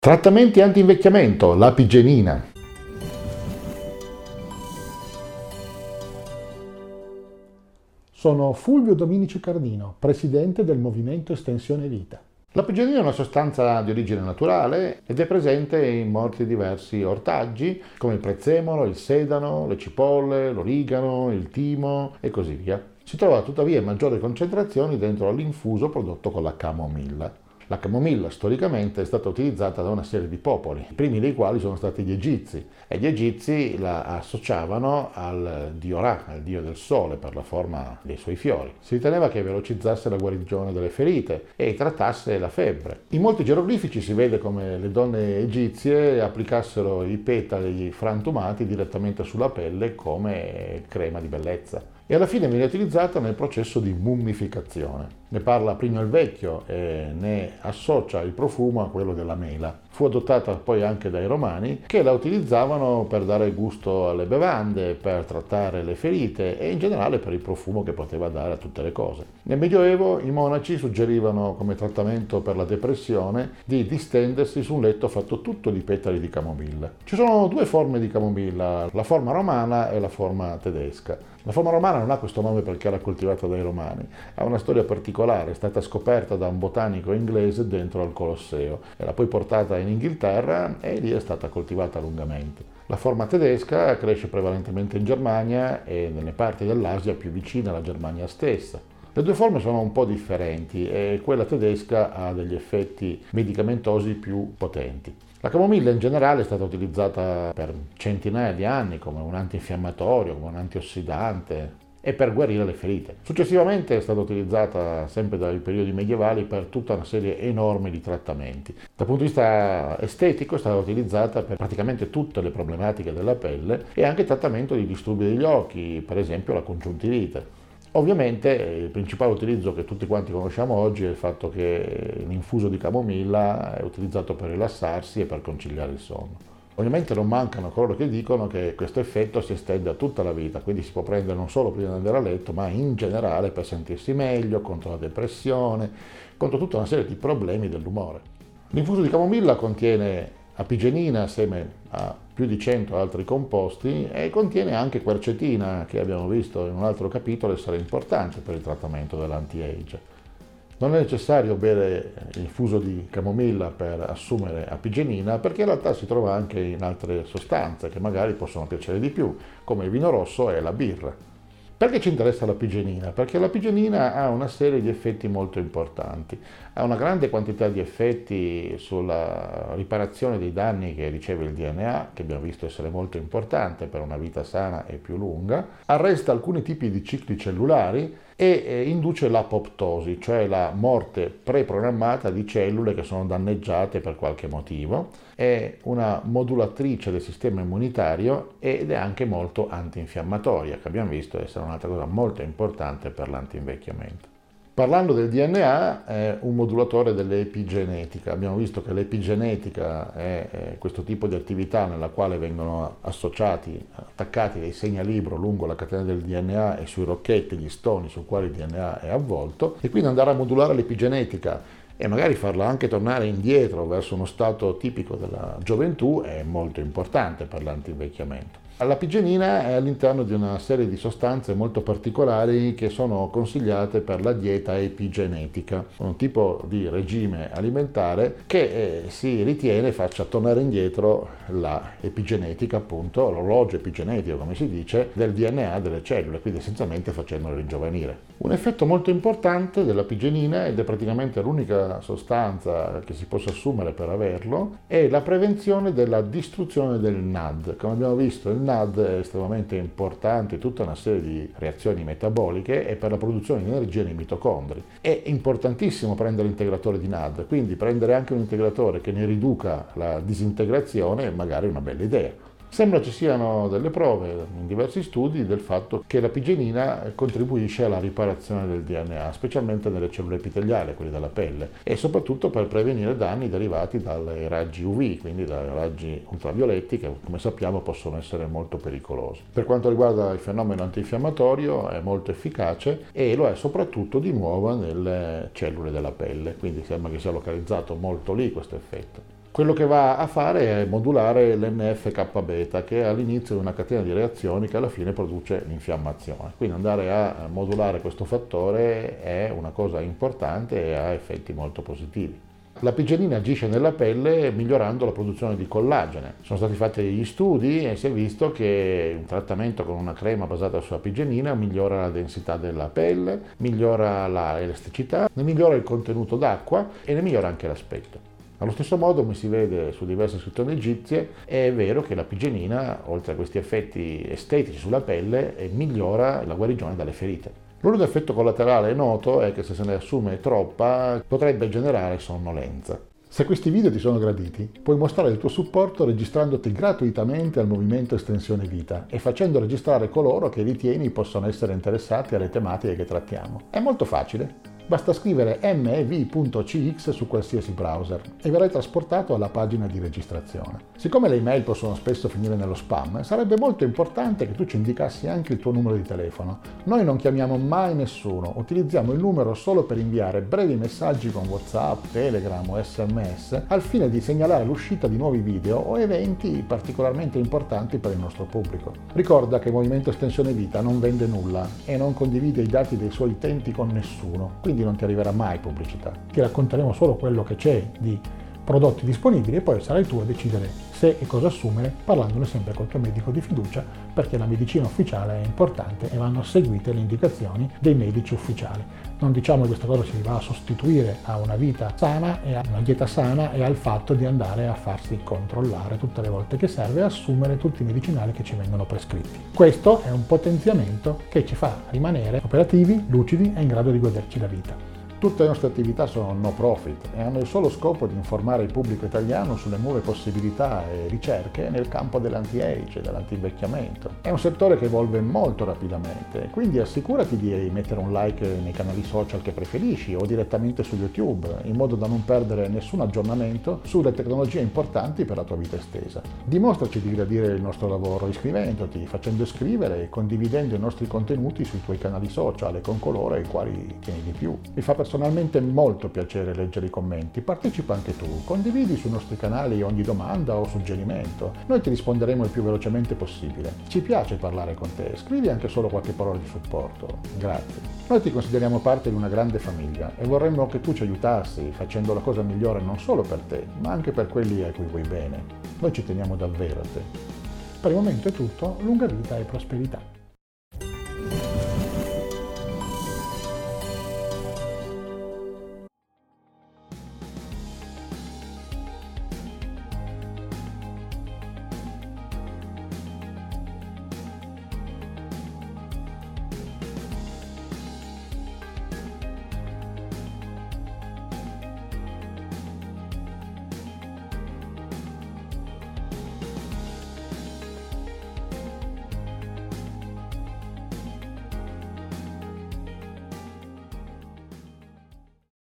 Trattamenti anti-invecchiamento, l'apigenina. Sono Fulvio Dominici Cardino, presidente del Movimento Estensione Vita. L'apigenina è una sostanza di origine naturale ed è presente in molti diversi ortaggi come il prezzemolo, il sedano, le cipolle, l'origano, il timo e così via. Si trova tuttavia in maggiori concentrazioni dentro l'infuso prodotto con la camomilla. La camomilla storicamente è stata utilizzata da una serie di popoli, i primi dei quali sono stati gli egizi, e gli egizi la associavano al dio Ra, al dio del sole, per la forma dei suoi fiori. Si riteneva che velocizzasse la guarigione delle ferite e trattasse la febbre. In molti geroglifici si vede come le donne egizie applicassero i petali frantumati direttamente sulla pelle come crema di bellezza. E alla fine viene utilizzata nel processo di mummificazione. Ne parla Plinio il Vecchio e ne associa il profumo a quello della mela. Fu adottata poi anche dai Romani, che la utilizzavano per dare gusto alle bevande, per trattare le ferite e in generale per il profumo che poteva dare a tutte le cose. Nel Medioevo i monaci suggerivano come trattamento per la depressione di distendersi su un letto fatto tutto di petali di camomilla. Ci sono due forme di camomilla, la forma romana e la forma tedesca. La forma romana non ha questo nome perché era coltivata dai Romani, ha una storia particolare, è stata scoperta da un botanico inglese dentro al Colosseo, era poi portata in Inghilterra e lì è stata coltivata lungamente. La forma tedesca cresce prevalentemente in Germania e nelle parti dell'Asia più vicine alla Germania stessa. Le due forme sono un po' differenti e quella tedesca ha degli effetti medicamentosi più potenti. La camomilla in generale è stata utilizzata per centinaia di anni come un antinfiammatorio, come un antiossidante e per guarire le ferite. Successivamente è stata utilizzata sempre dai periodi medievali per tutta una serie enorme di trattamenti. Dal punto di vista estetico è stata utilizzata per praticamente tutte le problematiche della pelle e anche trattamento di disturbi degli occhi, per esempio la congiuntivite. Ovviamente il principale utilizzo che tutti quanti conosciamo oggi è il fatto che l'infuso di camomilla è utilizzato per rilassarsi e per conciliare il sonno. Ovviamente non mancano coloro che dicono che questo effetto si estende a tutta la vita, quindi si può prendere non solo prima di andare a letto, ma in generale per sentirsi meglio, contro la depressione, contro tutta una serie di problemi dell'umore. L'infuso di camomilla contiene apigenina assieme a più di 100 altri composti e contiene anche quercetina, che abbiamo visto in un altro capitolo essere importante per il trattamento dell'anti-age. Non è necessario bere l'infuso di camomilla per assumere apigenina perché in realtà si trova anche in altre sostanze che magari possono piacere di più, come il vino rosso e la birra. Perché ci interessa l'apigenina? Perché l'apigenina ha una serie di effetti molto importanti, ha una grande quantità di effetti sulla riparazione dei danni che riceve il DNA, che abbiamo visto essere molto importante per una vita sana e più lunga, arresta alcuni tipi di cicli cellulari e induce l'apoptosi, cioè la morte preprogrammata di cellule che sono danneggiate per qualche motivo, è una modulatrice del sistema immunitario ed è anche molto antinfiammatoria, che abbiamo visto essere un'altra cosa molto importante per l'antinvecchiamento. Parlando del DNA, è un modulatore dell'epigenetica. Abbiamo visto che l'epigenetica è questo tipo di attività nella quale vengono attaccati dei segnalibro lungo la catena del DNA e sui rocchetti, gli stoni su quali il DNA è avvolto, e quindi andare a modulare l'epigenetica e magari farla anche tornare indietro verso uno stato tipico della gioventù è molto importante per l'antinvecchiamento. L'apigenina è all'interno di una serie di sostanze molto particolari che sono consigliate per la dieta epigenetica, un tipo di regime alimentare che si ritiene faccia tornare indietro la epigenetica, appunto, l'orologio epigenetico, come si dice, del DNA delle cellule, quindi essenzialmente facendole ringiovanire. Un effetto molto importante dell'apigenina, ed è praticamente l'unica sostanza che si possa assumere per averlo, è la prevenzione della distruzione del NAD. Come abbiamo visto, il NAD è estremamente importante in tutta una serie di reazioni metaboliche e per la produzione di energia nei mitocondri. È importantissimo prendere l'integratore di NAD, quindi prendere anche un integratore che ne riduca la disintegrazione è magari una bella idea. Sembra ci siano delle prove in diversi studi del fatto che l'apigenina contribuisce alla riparazione del DNA, specialmente nelle cellule epiteliali, quelle della pelle, e soprattutto per prevenire danni derivati dai raggi UV, quindi dai raggi ultravioletti, che come sappiamo possono essere molto pericolosi. Per quanto riguarda il fenomeno antinfiammatorio è molto efficace e lo è soprattutto di nuovo nelle cellule della pelle, quindi sembra che sia localizzato molto lì questo effetto. Quello che va a fare è modulare l'NF-κ-beta, che è all'inizio di una catena di reazioni che alla fine produce l'infiammazione. Quindi andare a modulare questo fattore è una cosa importante e ha effetti molto positivi. La pigenina agisce nella pelle migliorando la produzione di collagene. Sono stati fatti degli studi e si è visto che un trattamento con una crema basata sulla pigenina migliora la densità della pelle, migliora l'elasticità, ne migliora il contenuto d'acqua e ne migliora anche l'aspetto. Allo stesso modo, come si vede su diverse iscrizioni egizie, è vero che la pigenina, oltre a questi effetti estetici sulla pelle, migliora la guarigione dalle ferite. L'unico effetto collaterale noto è che se ne assume troppa potrebbe generare sonnolenza. Se questi video ti sono graditi, puoi mostrare il tuo supporto registrandoti gratuitamente al movimento Estensione Vita e facendo registrare coloro che ritieni possano essere interessati alle tematiche che trattiamo. È molto facile. Basta scrivere mev.cx su qualsiasi browser e verrai trasportato alla pagina di registrazione. Siccome le email possono spesso finire nello spam, sarebbe molto importante che tu ci indicassi anche il tuo numero di telefono. Noi non chiamiamo mai nessuno, utilizziamo il numero solo per inviare brevi messaggi con WhatsApp, Telegram o SMS al fine di segnalare l'uscita di nuovi video o eventi particolarmente importanti per il nostro pubblico. Ricorda che il Movimento Estensione Vita non vende nulla e non condivide i dati dei suoi utenti con nessuno, quindi non ti arriverà mai pubblicità. Ti racconteremo solo quello che c'è di prodotti disponibili e poi sarai tu a decidere se e cosa assumere, parlandone sempre col tuo medico di fiducia, perché la medicina ufficiale è importante e vanno seguite le indicazioni dei medici ufficiali. Non diciamo che questa cosa si va a sostituire a una vita sana e a una dieta sana e al fatto di andare a farsi controllare tutte le volte che serve e assumere tutti i medicinali che ci vengono prescritti. Questo è un potenziamento che ci fa rimanere operativi, lucidi e in grado di goderci la vita. Tutte le nostre attività sono no profit e hanno il solo scopo di informare il pubblico italiano sulle nuove possibilità e ricerche nel campo dell'anti-age e dell'antivecchiamento. È un settore che evolve molto rapidamente, quindi assicurati di mettere un like nei canali social che preferisci o direttamente su YouTube, in modo da non perdere nessun aggiornamento sulle tecnologie importanti per la tua vita estesa. Dimostraci di gradire il nostro lavoro iscrivendoti, facendo iscrivere e condividendo i nostri contenuti sui tuoi canali social e con coloro ai quali tieni di più. Mi fa personalmente molto piacere leggere i commenti, partecipa anche tu, condividi sui nostri canali ogni domanda o suggerimento, noi ti risponderemo il più velocemente possibile. Ci piace parlare con te, scrivi anche solo qualche parola di supporto, grazie. Noi ti consideriamo parte di una grande famiglia e vorremmo che tu ci aiutassi facendo la cosa migliore non solo per te, ma anche per quelli a cui vuoi bene. Noi ci teniamo davvero a te. Per il momento è tutto, lunga vita e prosperità.